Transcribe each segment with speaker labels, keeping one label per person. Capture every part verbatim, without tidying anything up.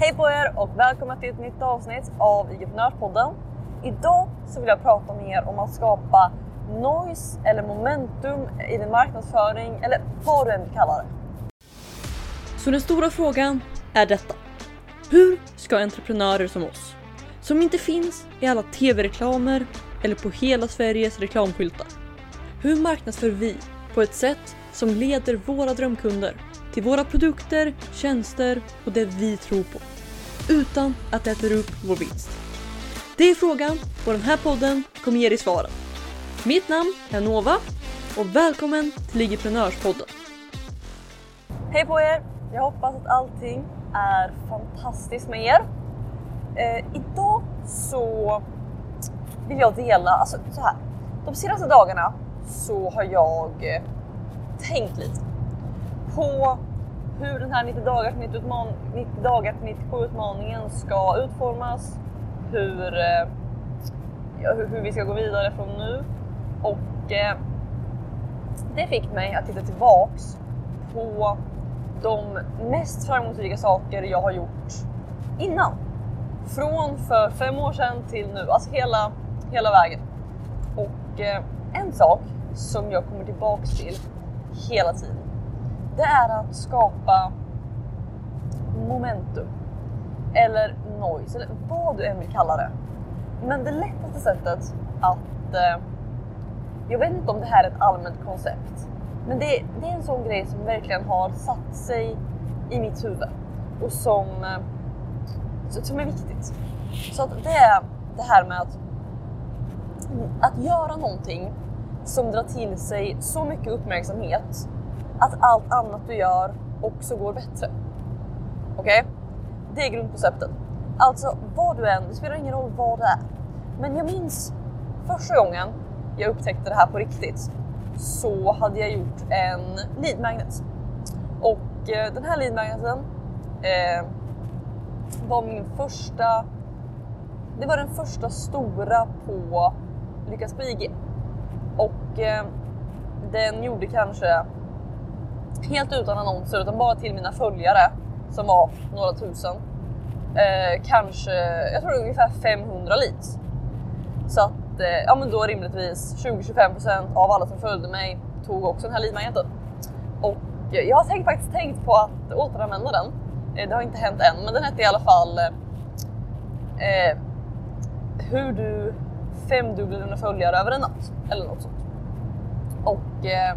Speaker 1: Hej på er och välkomna till ett nytt avsnitt av Igeprenörspodden. Idag så vill jag prata med er om att skapa noise eller momentum i din marknadsföring eller vad du än kallar det.
Speaker 2: Så den stora frågan är detta. Hur ska entreprenörer som oss, som inte finns i alla tv-reklamer eller på hela Sveriges reklamskyltar, hur marknadsför vi på ett sätt som leder våra drömkunder till våra produkter, tjänster och det vi tror på, utan att äta upp vår vinst? Det är frågan och den här podden kommer ge dig svaren. Mitt namn är Nova och välkommen till Igeprenörspodden.
Speaker 1: Hej på er! Jag hoppas att allting är fantastiskt med er. Eh, idag så vill jag dela, alltså så här. De senaste dagarna så har jag eh, tänkt lite på hur den här nittio dagar till nittiosju utmaningen ska utformas, hur, eh, ja, hur, hur vi ska gå vidare från nu. Och eh, det fick mig att titta tillbaks på de mest framgångsrika saker jag har gjort innan. Från för fem år sedan till nu, alltså hela, hela vägen. Och eh, en sak som jag kommer tillbaks till hela tiden, det är att skapa momentum eller noise eller vad du än vill kalla det. Men det lättaste sättet att, eh, jag vet inte om det här är ett allmänt koncept, men det, det är en sån grej som verkligen har satt sig i mitt huvud och som, som är viktigt. Så att det är det här med att, att göra någonting som drar till sig så mycket uppmärksamhet att allt annat du gör också går bättre. Okej? Okay? Det är grundkonceptet. Alltså vad du än, det spelar ingen roll vad det är. Men jag minns första gången jag upptäckte det här på riktigt, så hade jag gjort en lead magnet. Och eh, den här lead magneten eh, var min första, det var den första stora på Lyckas på I G. Och eh, den gjorde kanske helt utan annonser, utan bara till mina följare som var några tusen. Eh, kanske, jag tror ungefär femhundra leads. Så att, eh, ja men då rimligtvis tjugo till tjugofem procent av alla som följde mig tog också den här lead-magneten. Och eh, jag har tänkt, faktiskt tänkt på att återanvända den. Eh, det har inte hänt än, men den hette i alla fall eh, hur du femdubblar dina följare över en natt. Eller något sånt. Och eh,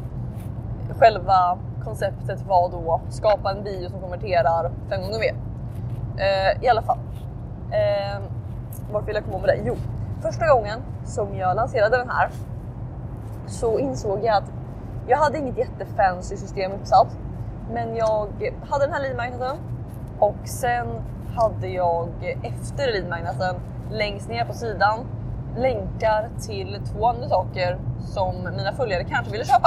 Speaker 1: själva konceptet var då skapa en bio som konverterar fem gånger mer. Eh, I alla fall. Eh, varför vill jag komma med det? Jo, första gången som jag lanserade den här så insåg jag att jag hade inget jättefancy system uppsatt. Men jag hade den här lead-magneten och sen hade jag efter lead-magneten längst ner på sidan länkar till två andra saker som mina följare kanske ville köpa.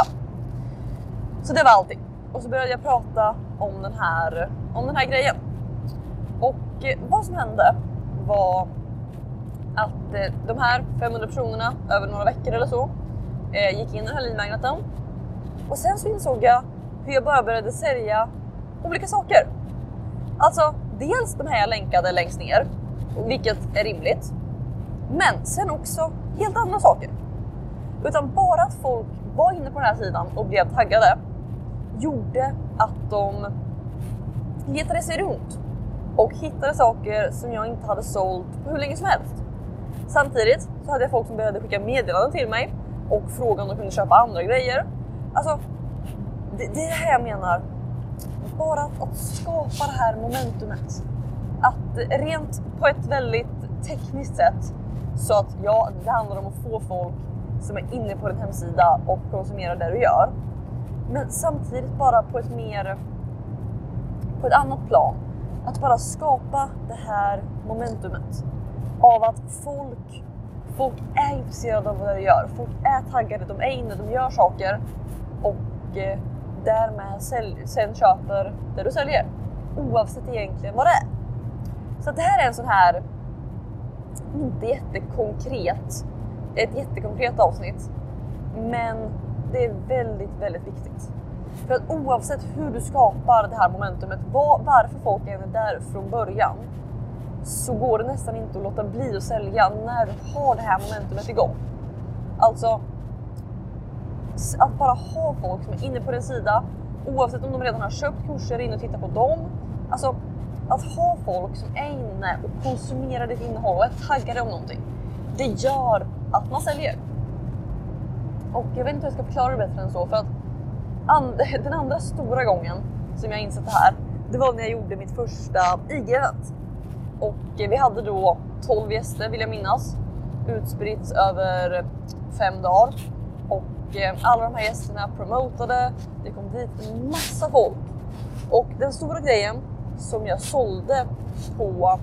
Speaker 1: Så det var allting. Och så började jag prata om den här, om den här grejen. Och eh, vad som hände var att eh, de här femhundra personerna över några veckor eller så eh, gick in i den här lead-magneten. Och sen så insåg jag hur jag bara började sälja olika saker. Alltså dels de här jag länkade längst ner, vilket är rimligt. Men sen också helt andra saker. Utan bara att folk var inne på den här sidan och blev taggade gjorde att de letade sig runt och hittade saker som jag inte hade sålt på hur länge som helst. Samtidigt så hade jag folk som började skicka meddelanden till mig och frågade om de kunde köpa andra grejer. Alltså, det, det är det här jag menar. Bara att, att skapa det här momentumet. Att rent på ett väldigt tekniskt sätt, så att ja, det handlar om att få folk som är inne på din hemsida och konsumerar det du gör. Men samtidigt bara på ett mer, på ett annat plan. Att bara skapa det här momentumet av att folk, folk är intresserade av vad du gör. Folk är taggade, de är inne, de gör saker och eh, därmed sälj, sen köper det du säljer. Oavsett egentligen vad det är. Så det här är en sån här inte jättekonkret, ett jättekonkret avsnitt. Men det är väldigt, väldigt viktigt. För att oavsett hur du skapar det här momentumet, var, varför folk är där från början, så går det nästan inte att låta bli att sälja när du har det här momentumet igång. Alltså, att bara ha folk som är inne på din sida, oavsett om de redan har köpt kurser, in och tittar på dem. Alltså, att ha folk som är inne och konsumerar ditt innehåll och är taggade om någonting, det gör att man säljer. Och jag vet inte hur jag ska förklara det bättre än så, för att and- den andra stora gången som jag insett det här, det var när jag gjorde mitt första I G-event. Och vi hade då tolv gäster, vill jag minnas, utspritt över fem dagar. Och alla de här gästerna promotade, det kom dit en massa folk. Och den stora grejen som jag sålde på,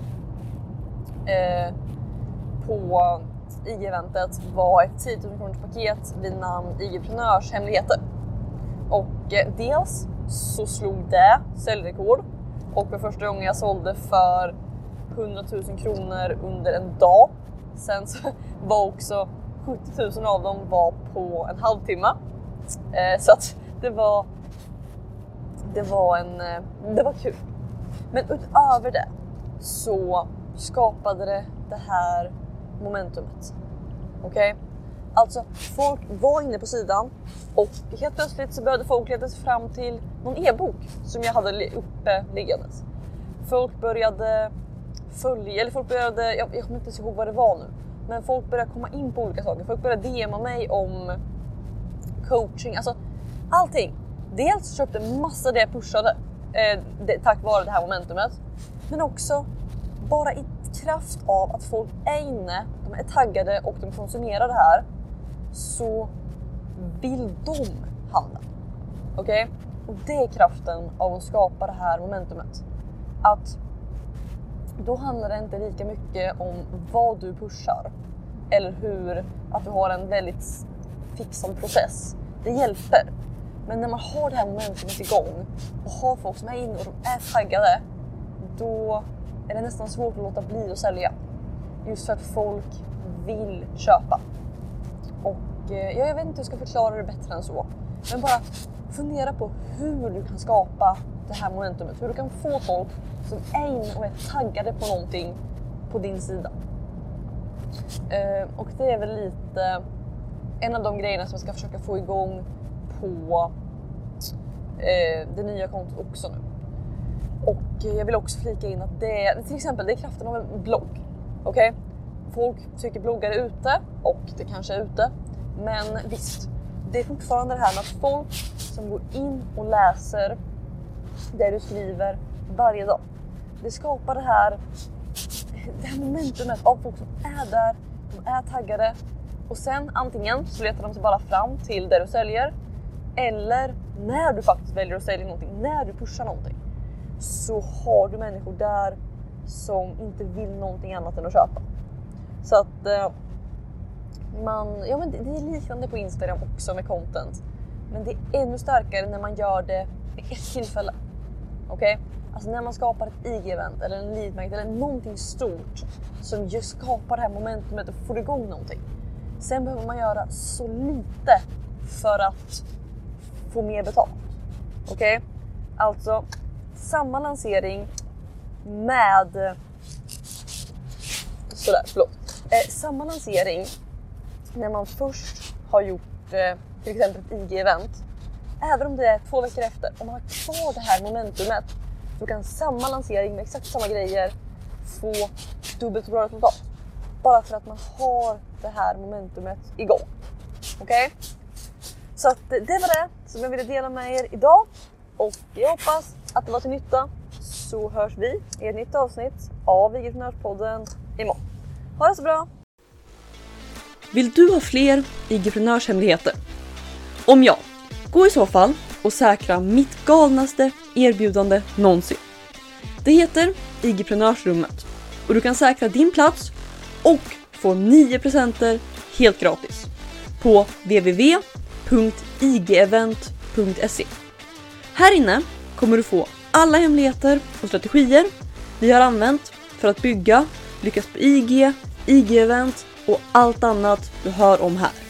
Speaker 1: eh, på I G-eventet var ett tio tusen kronors paket vid namn I G-prenörs hemligheter. Och eh, dels så slog det säljrekord. Och för första gången jag sålde för hundratusen kronor under en dag. Sen så var också sjuttio tusen av dem var på en halvtimme. Eh, så att det var det var en det var kul. Men utöver det så skapade det det här momentumet. Okej? Okay? Alltså folk var inne på sidan och helt plötsligt så började folk leta sig fram till någon e-bok som jag hade uppe liggandes. Folk började följa, eller folk började, jag, jag kommer inte ihåg vad det var nu, men folk började komma in på olika saker. Folk började D M:a mig om coaching, alltså allting. Dels köpte en massa det jag pushade eh, det, tack vare det här momentumet, men också bara i kraft av att folk är inne, de är taggade och de konsumerar det här, så vill de handla. Okej? Okay? Och det är kraften av att skapa det här momentumet. Att då handlar det inte lika mycket om vad du pushar eller hur, att du har en väldigt fixad process. Det hjälper. Men när man har det här momentumet igång och har folk som är inne och de är taggade, då är det nästan svårt att låta bli att sälja. Just för att folk vill köpa. Och eh, jag vet inte hur jag ska förklara det bättre än så. Men bara fundera på hur du kan skapa det här momentumet. Hur du kan få folk som är inne och är taggade på någonting på din sida. Eh, och det är väl lite en av de grejerna som jag ska försöka få igång på eh, det nya kontot också nu. Och jag vill också flika in att det, till exempel, det är kraften av en blogg. Okej? Okay? Folk tycker bloggar är ute, och det kanske är ute. Men visst, det är fortfarande det här med att folk som går in och läser det du skriver varje dag. Det skapar det här, det här momentumet av folk som är där, de är taggade. Och sen antingen så letar de sig bara fram till det du säljer. Eller när du faktiskt väljer att sälja någonting, när du pushar någonting, så har du människor där som inte vill någonting annat än att köpa. Så att eh, man, ja men det, det är liknande på Instagram också med content. Men det är ännu starkare när man gör det vid ett tillfälle. Okej? Okay? Alltså när man skapar ett I G-event eller en lead magnet eller någonting stort som just skapar det här momentumet och får igång någonting. Sen behöver man göra så lite för att få mer betalt. Okej? Okay? Alltså samma lansering med sådär, förlåt. Eh, samma lansering när man först har gjort eh, till exempel ett I G-event. Även om det är två veckor efter, om man har kvar det här momentumet, så kan samma lansering med exakt samma grejer få dubbelt så bra resultat. Bara för att man har det här momentumet igång. Okej? Okay? Så att det var det som jag ville dela med er idag. Och jag hoppas att det var till nytta. Så hörs vi i ett nytt avsnitt av I G-prenörspodden imorgon. Ha det så bra!
Speaker 2: Vill du ha fler I G-prenörs hemligheter? Om ja, gå i så fall och säkra mitt galnaste erbjudande någonsin. Det heter I G-prenörsrummet och du kan säkra din plats och få nio presenter helt gratis på w w w punkt i g event punkt se. Här inne kommer du få alla hemligheter och strategier vi har använt för att bygga, lyckas på I G, I G-event och allt annat du hör om här.